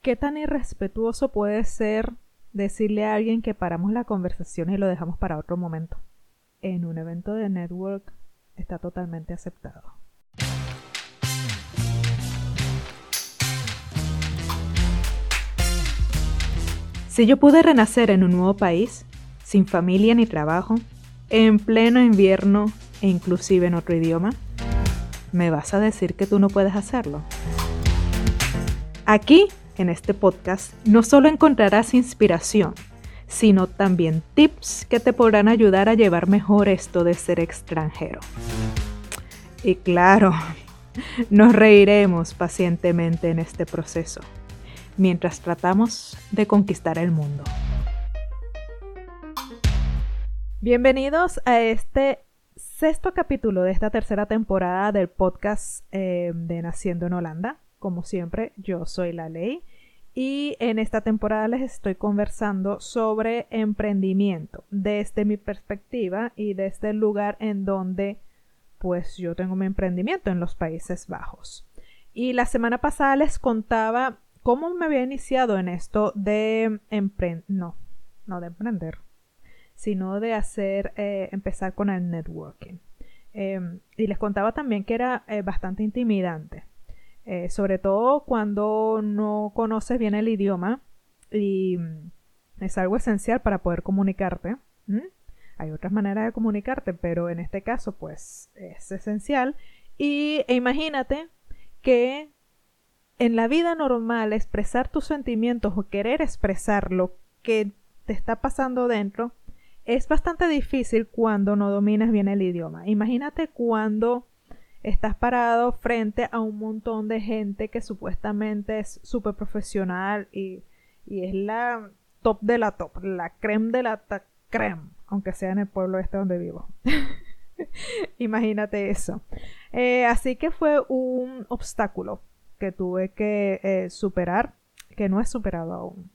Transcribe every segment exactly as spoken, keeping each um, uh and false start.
¿Qué tan irrespetuoso puede ser decirle a alguien que paramos la conversación y lo dejamos para otro momento? En un evento de network está totalmente aceptado. Si yo pude renacer en un nuevo país, sin familia ni trabajo, en pleno invierno e inclusive en otro idioma, ¿me vas a decir que tú no puedes hacerlo? Aquí, en este podcast, no solo encontrarás inspiración, sino también tips que te podrán ayudar a llevar mejor esto de ser extranjero. Y claro, nos reiremos pacientemente en este proceso, mientras tratamos de conquistar el mundo. Bienvenidos a este sexto capítulo de esta tercera temporada del podcast eh, de Naciendo en Holanda. Como siempre, yo soy la Ley y en esta temporada les estoy conversando sobre emprendimiento desde mi perspectiva y desde el lugar en donde pues yo tengo mi emprendimiento en los Países Bajos. Y la semana pasada les contaba cómo me había iniciado en esto de emprender, no, no de emprender, sino de hacer, eh, empezar con el networking. Eh, y les contaba también que era eh, bastante intimidante. Eh, sobre todo cuando no conoces bien el idioma y es algo esencial para poder comunicarte. ¿Mm? Hay otras maneras de comunicarte, pero en este caso pues es esencial. Y e imagínate que en la vida normal expresar tus sentimientos o querer expresar lo que te está pasando dentro es bastante difícil cuando no dominas bien el idioma. Imagínate cuando estás parado frente a un montón de gente que supuestamente es súper profesional y, y es la top de la top, la creme de la ta- creme, aunque sea en el pueblo este donde vivo. Imagínate eso. Eh, así que fue un obstáculo que tuve que eh, superar, que no he superado aún.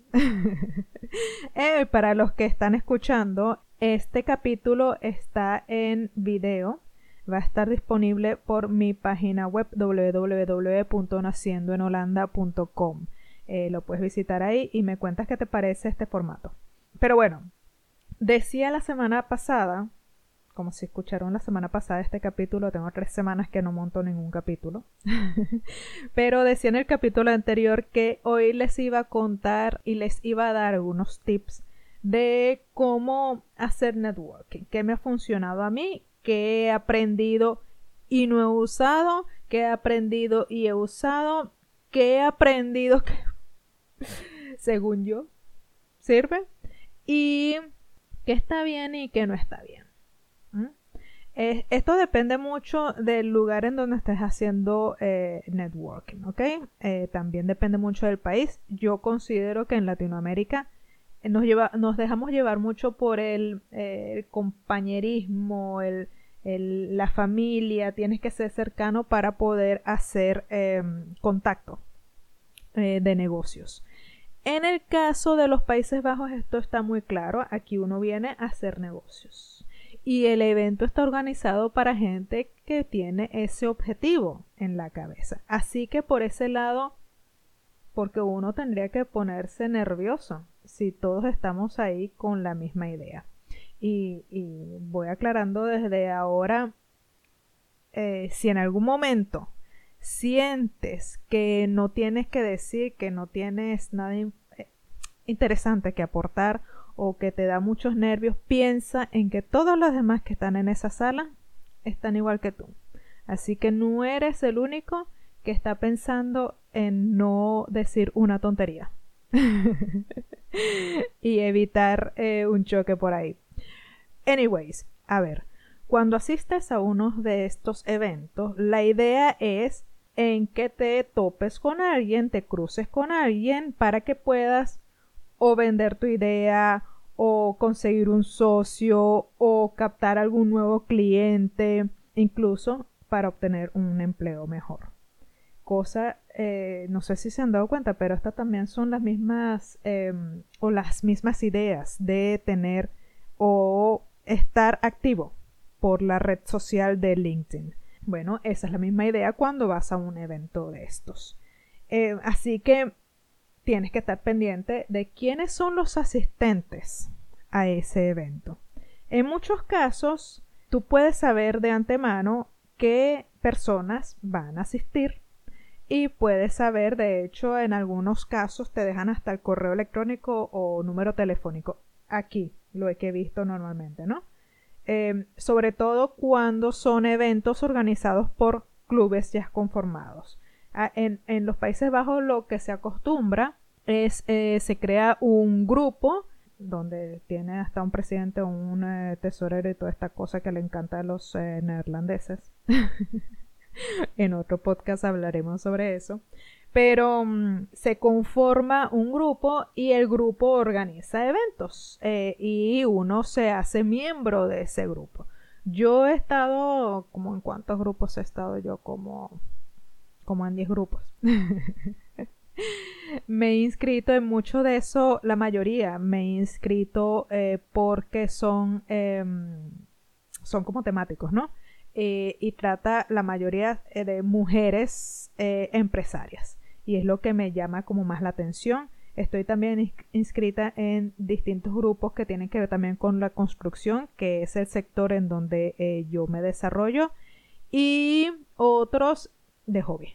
eh, para los que están escuchando, este capítulo está en video. Va a estar disponible por mi página web doble u doble u doble u punto naciendo en holanda punto com. Eh, lo puedes visitar ahí y me cuentas qué te parece este formato. Pero bueno, decía la semana pasada, como si escucharon la semana pasada este capítulo, tengo tres semanas que no monto ningún capítulo. Pero decía en el capítulo anterior que hoy les iba a contar y les iba a dar algunos tips de cómo hacer networking, qué me ha funcionado a mí, que he aprendido y no he usado, que he aprendido y he usado, que he aprendido que según yo sirve y que está bien y que no está bien. ¿Mm? Eh, esto depende mucho del lugar en donde estés haciendo eh, networking, ¿ok? Eh, también depende mucho del país. Yo considero que en Latinoamérica Nos, lleva, nos dejamos llevar mucho por el, eh, el compañerismo, el, el, la familia. Tienes que ser cercano para poder hacer eh, contacto eh, de negocios. En el caso de los Países Bajos esto está muy claro. Aquí uno viene a hacer negocios. Y el evento está organizado para gente que tiene ese objetivo en la cabeza. Así que por ese lado, porque uno tendría que ponerse nervioso si todos estamos ahí con la misma idea. Y, y voy aclarando desde ahora, eh, si en algún momento sientes que no tienes que decir, que no tienes nada in- interesante que aportar o que te da muchos nervios, piensa en que todos los demás que están en esa sala están igual que tú. Así que no eres el único que está pensando en no decir una tontería y evitar eh, un choque por ahí. Anyways, a ver, cuando asistes a uno de estos eventos, la idea es en que te topes con alguien, te cruces con alguien para que puedas o vender tu idea o conseguir un socio o captar algún nuevo cliente, incluso para obtener un empleo mejor. Cosa, eh, no sé si se han dado cuenta, pero estas también son las mismas eh, o las mismas ideas de tener o estar activo por la red social de LinkedIn. Bueno, esa es la misma idea cuando vas a un evento de estos. Eh, así que tienes que estar pendiente de quiénes son los asistentes a ese evento. En muchos casos, tú puedes saber de antemano qué personas van a asistir y puedes saber, de hecho, en algunos casos te dejan hasta el correo electrónico o número telefónico. Aquí, lo que he visto normalmente, ¿no? Eh, sobre todo cuando son eventos organizados por clubes ya conformados. Ah, en, en los Países Bajos lo que se acostumbra es, eh, se crea un grupo donde tiene hasta un presidente, un eh, tesorero y toda esta cosa que le encanta a los eh, neerlandeses. En otro podcast hablaremos sobre eso. Pero um, se conforma un grupo y el grupo organiza eventos eh, y uno se hace miembro de ese grupo. Yo he estado, como en cuántos grupos he estado yo, como, como en diez grupos. Me he inscrito en mucho de eso, la mayoría me he inscrito eh, porque son, eh, son como temáticos, ¿no? Eh, y trata la mayoría eh, de mujeres eh, empresarias y es lo que me llama como más la atención. Estoy también inscrita en distintos grupos que tienen que ver también con la construcción, que es el sector en donde eh, yo me desarrollo, y otros de hobby.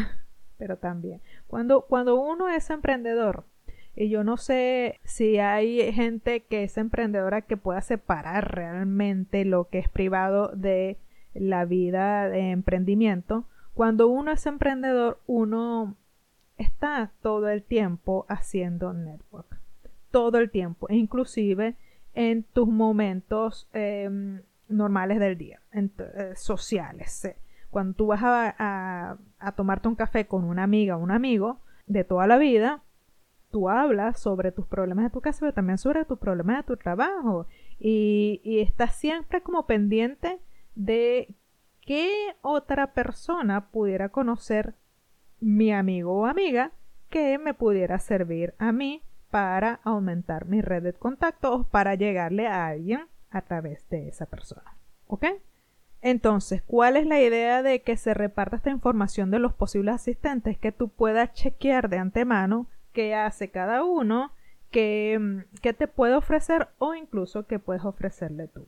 Pero también cuando, cuando uno es emprendedor, y yo no sé si hay gente que es emprendedora que pueda separar realmente lo que es privado de la vida de emprendimiento. Cuando uno es emprendedor, uno está todo el tiempo haciendo network, todo el tiempo, inclusive en tus momentos eh, normales del día, en, eh, sociales. Eh. Cuando tú vas a, a, a tomarte un café con una amiga o un amigo de toda la vida, tú hablas sobre tus problemas de tu casa, pero también sobre tus problemas de tu trabajo, y, y estás siempre como pendiente de qué otra persona pudiera conocer mi amigo o amiga que me pudiera servir a mí para aumentar mi red de contactos, para llegarle a alguien a través de esa persona. ¿Ok? Entonces, ¿cuál es la idea de que se reparta esta información de los posibles asistentes? Que tú puedas chequear de antemano qué hace cada uno, qué, qué te puede ofrecer o incluso qué puedes ofrecerle tú.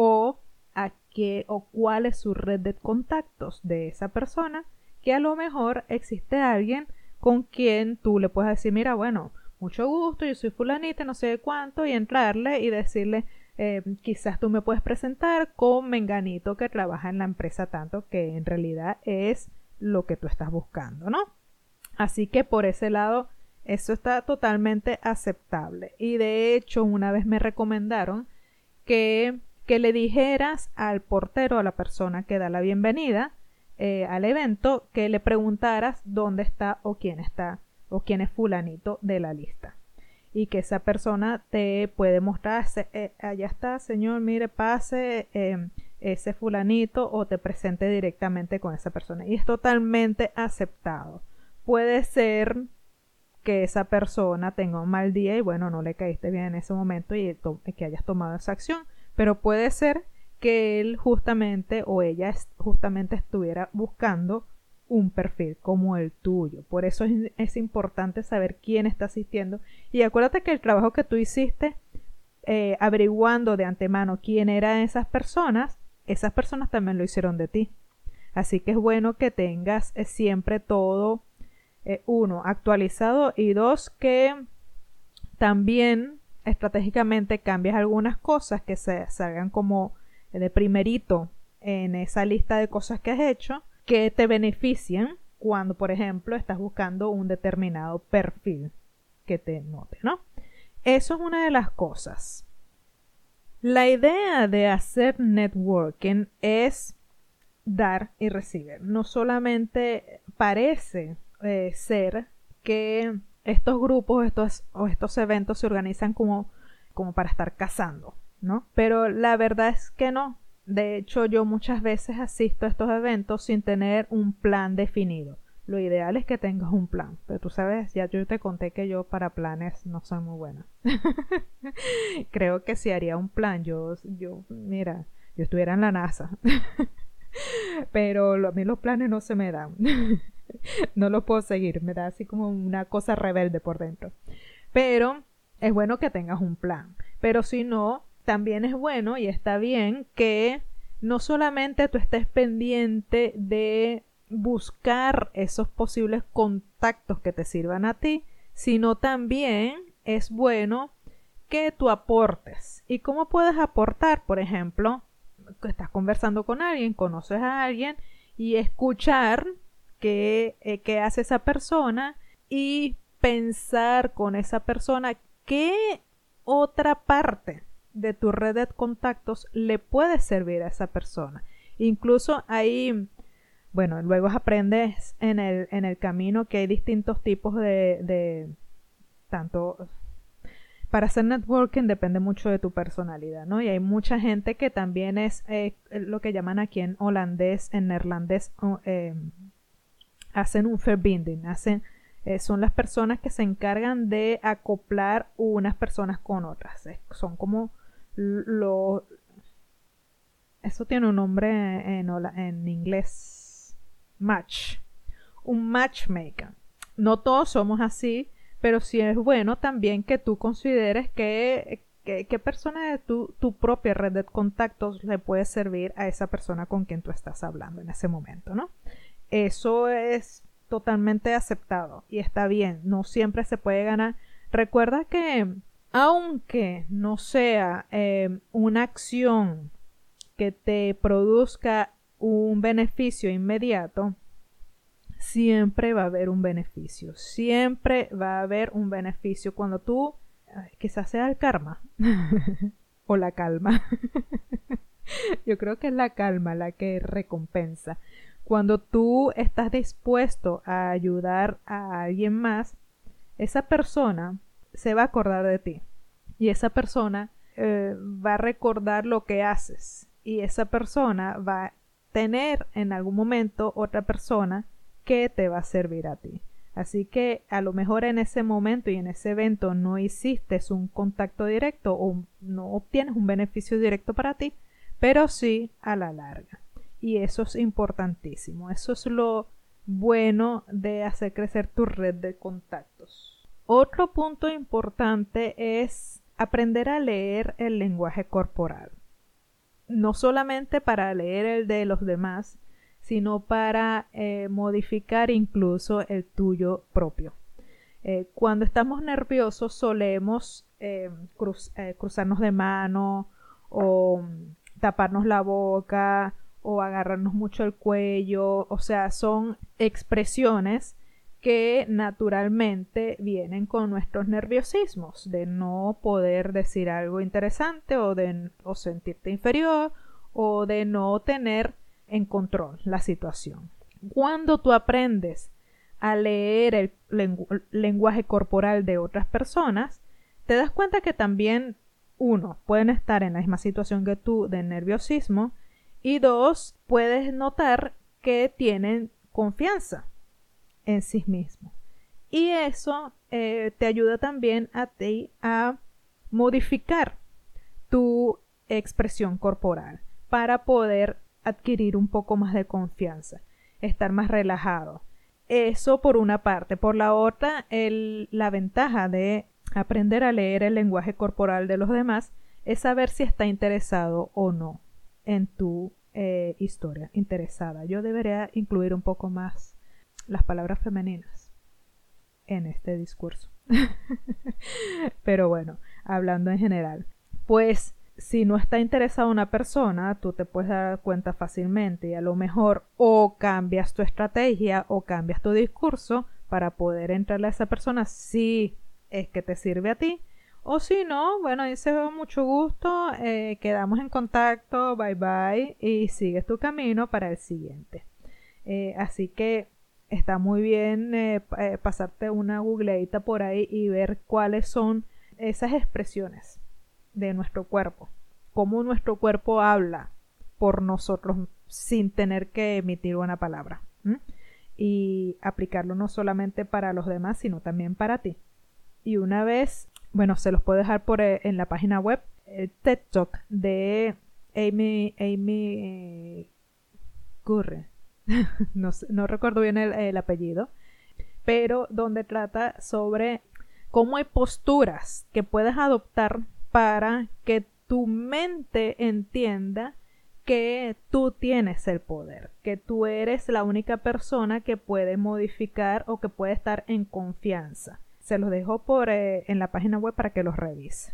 O a qué o cuál es su red de contactos de esa persona, que a lo mejor existe alguien con quien tú le puedes decir, mira, bueno, mucho gusto, yo soy fulanita, no sé cuánto, y entrarle y decirle, eh, quizás tú me puedes presentar con menganito que trabaja en la empresa tanto, que en realidad es lo que tú estás buscando, ¿no? Así que por ese lado, eso está totalmente aceptable. Y de hecho, una vez me recomendaron que, que le dijeras al portero, a la persona que da la bienvenida eh, al evento, que le preguntaras dónde está o quién está o quién es fulanito de la lista. Y que esa persona te puede mostrar, eh, allá está, señor, mire, pase eh, ese fulanito, o te presente directamente con esa persona. Y es totalmente aceptado. Puede ser que esa persona tenga un mal día y bueno, no le caíste bien en ese momento y to- que hayas tomado esa acción, pero puede ser que él justamente o ella est- justamente estuviera buscando un perfil como el tuyo. Por eso es, es importante saber quién está asistiendo, y acuérdate que el trabajo que tú hiciste eh, averiguando de antemano quién eran esas personas, esas personas también lo hicieron de ti. Así que es bueno que tengas eh, siempre todo Eh, uno, actualizado, y dos, que también estratégicamente cambies algunas cosas que se salgan como de primerito en esa lista de cosas que has hecho, que te beneficien cuando, por ejemplo, estás buscando un determinado perfil que te note, ¿no? Eso es una de las cosas. La idea de hacer networking es dar y recibir. No solamente parece Eh, ser que estos grupos estos, o estos eventos se organizan como, como para estar cazando, ¿no? Pero la verdad es que no. De hecho, yo muchas veces asisto a estos eventos sin tener un plan definido. Lo ideal es que tengas un plan, pero tú sabes, ya yo te conté que yo para planes no soy muy buena. Creo que si haría un plan, yo, yo, mira, yo estuviera en la NASA. Pero a mí los planes no se me dan. No lo puedo seguir, me da así como una cosa rebelde por dentro. Pero es bueno que tengas un plan. Pero si no, también es bueno y está bien que no solamente tú estés pendiente de buscar esos posibles contactos que te sirvan a ti, sino también es bueno que tú aportes. ¿Y cómo puedes aportar? Por ejemplo, estás conversando con alguien, conoces a alguien y escuchar qué, eh, qué hace esa persona y pensar con esa persona qué otra parte de tu red de contactos le puede servir a esa persona. Incluso ahí, bueno, luego aprendes en el, en el camino que hay distintos tipos de, de tanto para hacer networking depende mucho de tu personalidad, ¿no? Y hay mucha gente que también es eh, lo que llaman aquí en holandés, en neerlandés, eh, hacen un verbinding, hacen, eh, son las personas que se encargan de acoplar unas personas con otras. Eh, son como lo... Eso tiene un nombre en, en inglés. Match. Un matchmaker. No todos somos así, pero sí es bueno también que tú consideres que, que, que persona de tu, tu propia red de contactos le puede servir a esa persona con quien tú estás hablando en ese momento, ¿no? Eso es totalmente aceptado y está bien. No siempre se puede ganar. Recuerda que aunque no sea eh, una acción que te produzca un beneficio inmediato, siempre va a haber un beneficio. Siempre va a haber un beneficio cuando tú, quizás sea el karma o la calma. Yo creo que es la calma la que recompensa. Cuando tú estás dispuesto a ayudar a alguien más, esa persona se va a acordar de ti. Y esa persona eh, va a recordar lo que haces. Y esa persona va a tener en algún momento otra persona que te va a servir a ti. Así que a lo mejor en ese momento y en ese evento no hiciste un contacto directo o no obtienes un beneficio directo para ti, pero sí a la larga. Y eso es importantísimo. Eso es lo bueno de hacer crecer tu red de contactos. Otro punto importante es aprender a leer el lenguaje corporal. No solamente para leer el de los demás, sino para eh, modificar incluso el tuyo propio. Eh, cuando estamos nerviosos solemos eh, cruz, eh, cruzarnos de mano o taparnos la boca o agarrarnos mucho el cuello, o sea, son expresiones que naturalmente vienen con nuestros nerviosismos, de no poder decir algo interesante o de o sentirte inferior o de no tener en control la situación. Cuando tú aprendes a leer el lengu lenguaje corporal de otras personas, te das cuenta que también, uno, pueden estar en la misma situación que tú de nerviosismo y dos, puedes notar que tienen confianza en sí mismos. Y eso eh, te ayuda también a ti a modificar tu expresión corporal para poder adquirir un poco más de confianza, estar más relajado. Eso por una parte. Por la otra, el, la ventaja de aprender a leer el lenguaje corporal de los demás es saber si está interesado o no en tu eh, historia. Interesada. Yo debería incluir un poco más las palabras femeninas en este discurso. Pero bueno, hablando en general, pues si no está interesada una persona, tú te puedes dar cuenta fácilmente y a lo mejor o cambias tu estrategia o cambias tu discurso para poder entrarle a esa persona si es que te sirve a ti, o si no, bueno, dice mucho gusto, eh, quedamos en contacto, bye bye y sigues tu camino para el siguiente. Eh, así que está muy bien eh, eh, pasarte una googleadita por ahí y ver cuáles son esas expresiones de nuestro cuerpo, cómo nuestro cuerpo habla por nosotros sin tener que emitir una palabra. ¿Mm? Y aplicarlo no solamente para los demás, sino también para ti. Y una vez, bueno, se los puedo dejar por eh, en la página web, el TED Talk de Amy, Amy Curry, no, no recuerdo bien el, el apellido, pero donde trata sobre cómo hay posturas que puedes adoptar para que tu mente entienda que tú tienes el poder, que tú eres la única persona que puede modificar o que puede estar en confianza. Se los dejo por, eh, en la página web para que los revise.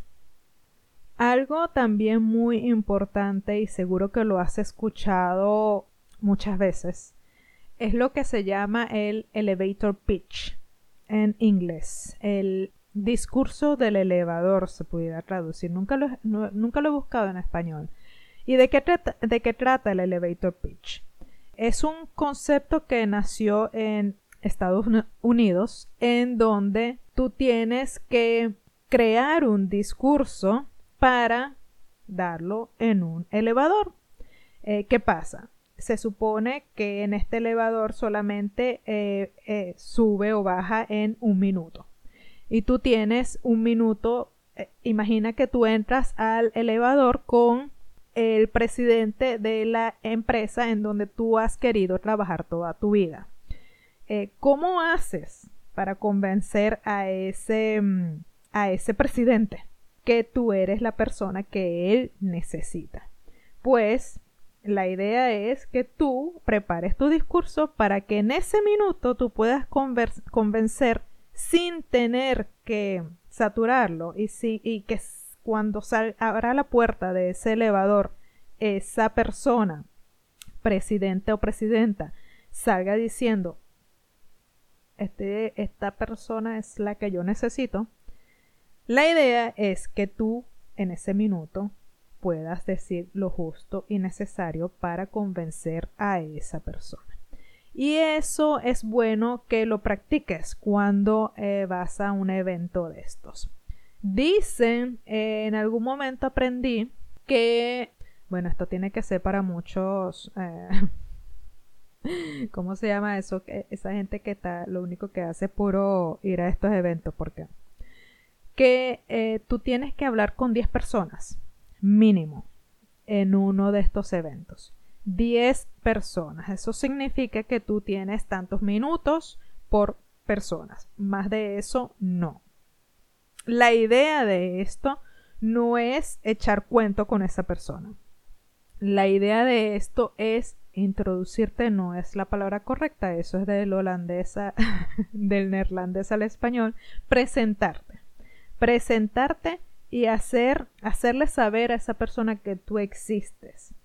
Algo también muy importante, y seguro que lo has escuchado muchas veces, es lo que se llama el elevator pitch en inglés. El discurso del elevador se pudiera traducir. Nunca lo, no, nunca lo he buscado en español. ¿Y de qué, trata, de qué trata el elevator pitch? Es un concepto que nació en Estados Unidos, en donde tú tienes que crear un discurso para darlo en un elevador. Eh, ¿Qué pasa? Se supone que en este elevador solamente eh, eh, sube o baja en un minuto. Y tú tienes un minuto, eh, imagina que tú entras al elevador con el presidente de la empresa en donde tú has querido trabajar toda tu vida. Eh, ¿Cómo haces para convencer a ese, a ese presidente que tú eres la persona que él necesita? Pues la idea es que tú prepares tu discurso para que en ese minuto tú puedas convencer sin tener que saturarlo y, si, y que cuando sal, abra la puerta de ese elevador esa persona, presidente o presidenta, salga diciendo este, esta persona es la que yo necesito. La idea es que tú en ese minuto puedas decir lo justo y necesario para convencer a esa persona. Y eso es bueno que lo practiques cuando eh, vas a un evento de estos. Dicen, eh, en algún momento aprendí que, bueno, esto tiene que ser para muchos, eh, ¿cómo se llama eso? Esa gente que está, lo único que hace es puro ir a estos eventos, ¿por qué? Que eh, tú tienes que hablar con diez personas mínimo en uno de estos eventos. diez personas. Eso significa que tú tienes tantos minutos por personas. Más de eso, no. La idea de esto no es echar cuento con esa persona. La idea de esto es introducirte, no es la palabra correcta, eso es del holandés, a, del neerlandés al español, presentarte. Presentarte y hacer, hacerle saber a esa persona que tú existes.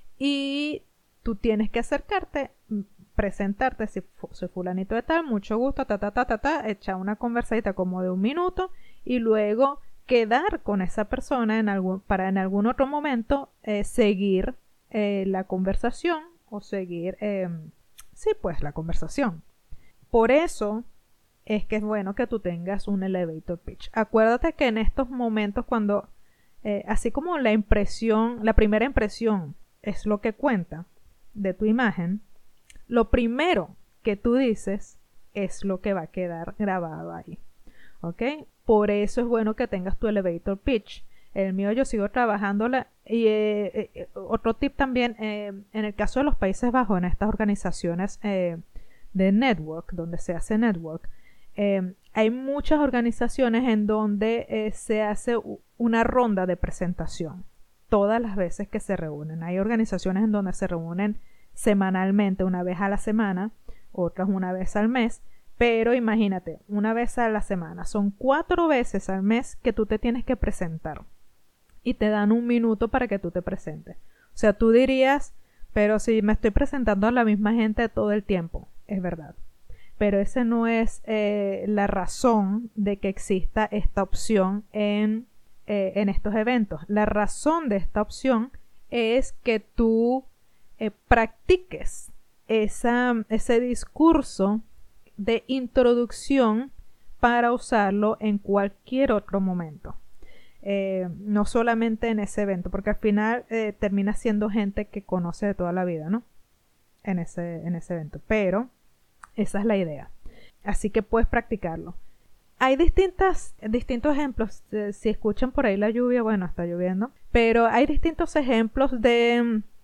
Y tú tienes que acercarte, presentarte, si soy fulanito de tal, mucho gusto, ta, ta, ta, ta, ta, echar una conversadita como de un minuto y luego quedar con esa persona en algún, para en algún otro momento eh, seguir eh, la conversación o seguir, eh, sí, pues la conversación. Por eso es que es bueno que tú tengas un elevator pitch. Acuérdate que en estos momentos cuando, eh, así como la impresión, la primera impresión es lo que cuenta de tu imagen, lo primero que tú dices es lo que va a quedar grabado ahí. ¿Ok? Por eso es bueno que tengas tu elevator pitch. El mío yo sigo trabajándola. Y eh, eh, otro tip también, eh, en el caso de los Países Bajos, en estas organizaciones eh, de network, donde se hace network, eh, hay muchas organizaciones en donde eh, se hace una ronda de presentación todas las veces que se reúnen. Hay organizaciones en donde se reúnen semanalmente, una vez a la semana, otras una vez al mes, pero imagínate, una vez a la semana, son cuatro veces al mes que tú te tienes que presentar y te dan un minuto para que tú te presentes. O sea, tú dirías, pero si me estoy presentando a la misma gente todo el tiempo, es verdad. Pero esa no es eh, la razón de que exista esta opción en, eh, en estos eventos. La razón de esta opción es que tú eh, practiques esa, ese discurso de introducción para usarlo en cualquier otro momento. Eh, no solamente en ese evento, porque al final eh, termina siendo gente que conoce de toda la vida, ¿no? En ese, en ese evento. Pero esa es la idea. Así que puedes practicarlo. Hay distintas, distintos ejemplos. Eh, si escuchan por ahí la lluvia, bueno, está lloviendo. Pero hay distintos ejemplos de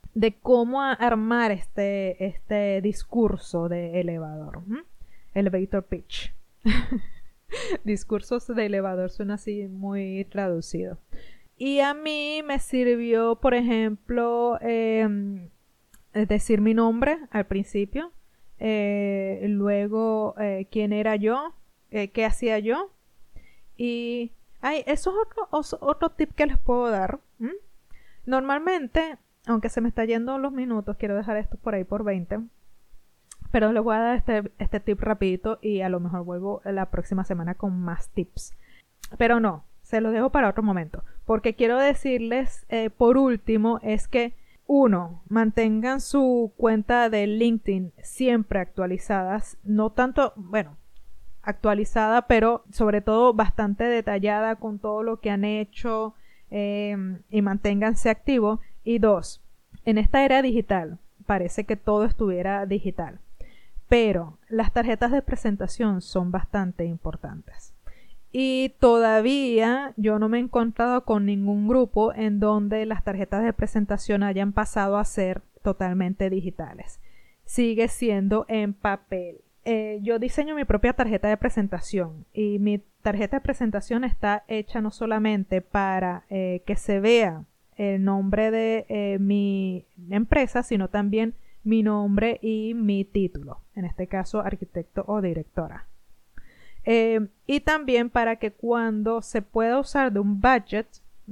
de cómo armar este, este discurso de elevador. ¿Mm? Elevator pitch. Discursos de elevador suena así muy traducido. Y a mí me sirvió, por ejemplo, eh, decir mi nombre al principio. Eh, luego, eh, quién era yo, eh, qué hacía yo. Y ay, eso es otro, otro tip que les puedo dar. ¿Mm? Normalmente, aunque se me está yendo los minutos, quiero dejar esto por ahí por veinte. Pero les voy a dar este, este tip rapidito y a lo mejor vuelvo la próxima semana con más tips. Pero no, se los dejo para otro momento. Porque quiero decirles, eh, por último, es que uno, mantengan su cuenta de LinkedIn siempre actualizadas. No tanto, bueno, actualizada, pero sobre todo bastante detallada con todo lo que han hecho, eh, y manténganse activos. Y dos, en esta era digital, parece que todo estuviera digital. Pero las tarjetas de presentación son bastante importantes. Y todavía yo no me he encontrado con ningún grupo en donde las tarjetas de presentación hayan pasado a ser totalmente digitales. Sigue siendo en papel. Eh, yo diseño mi propia tarjeta de presentación y mi tarjeta de presentación está hecha no solamente para eh, que se vea el nombre de eh, mi empresa, sino también mi nombre y mi título, en este caso arquitecto o directora. Eh, y también para que cuando se pueda usar de un budget,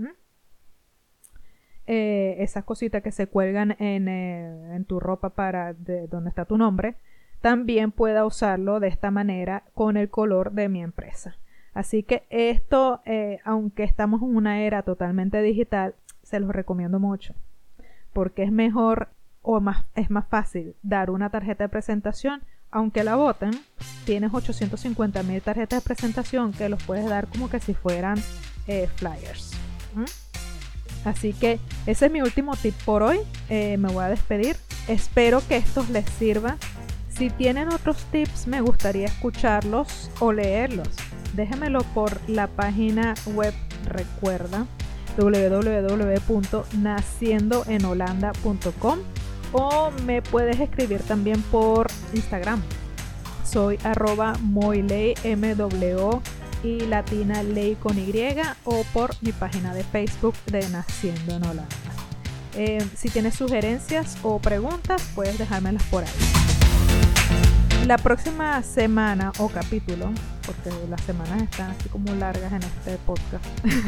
eh, esas cositas que se cuelgan en, eh, en tu ropa para de donde está tu nombre, también pueda usarlo de esta manera con el color de mi empresa. Así que esto, eh, aunque estamos en una era totalmente digital, se los recomiendo mucho, porque es mejor o más, es más fácil dar una tarjeta de presentación, aunque la boten. Tienes ochocientos cincuenta mil tarjetas de presentación que los puedes dar como que si fueran eh, flyers. ¿Mm? Así que ese es mi último tip por hoy. Eh, me voy a despedir. Espero que estos les sirvan. Si tienen otros tips, me gustaría escucharlos o leerlos. Déjenmelo por la página web, recuerda, doble u doble u doble u punto naciendo en holanda punto com, o me puedes escribir también por Instagram. Soy arroba moiley, M W y latina ley con Y, o por mi página de Facebook de Naciendo en Holanda. Eh, si tienes sugerencias o preguntas, puedes dejármelas por ahí. La próxima semana o capítulo, porque las semanas están así como largas en este podcast,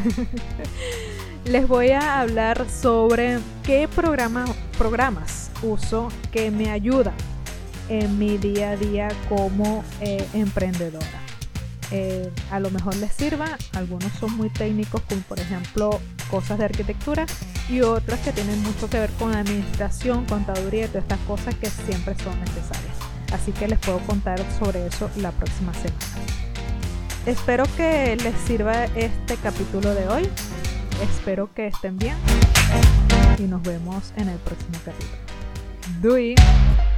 les voy a hablar sobre qué programa, programas uso que me ayudan en mi día a día como eh, emprendedora. Eh, a lo mejor les sirva, algunos son muy técnicos, como por ejemplo cosas de arquitectura, y otros que tienen mucho que ver con administración, contaduría y todas estas cosas que siempre son necesarias. Así que les puedo contar sobre eso la próxima semana. Espero que les sirva este capítulo de hoy. Espero que estén bien y nos vemos en el próximo capítulo. Doei!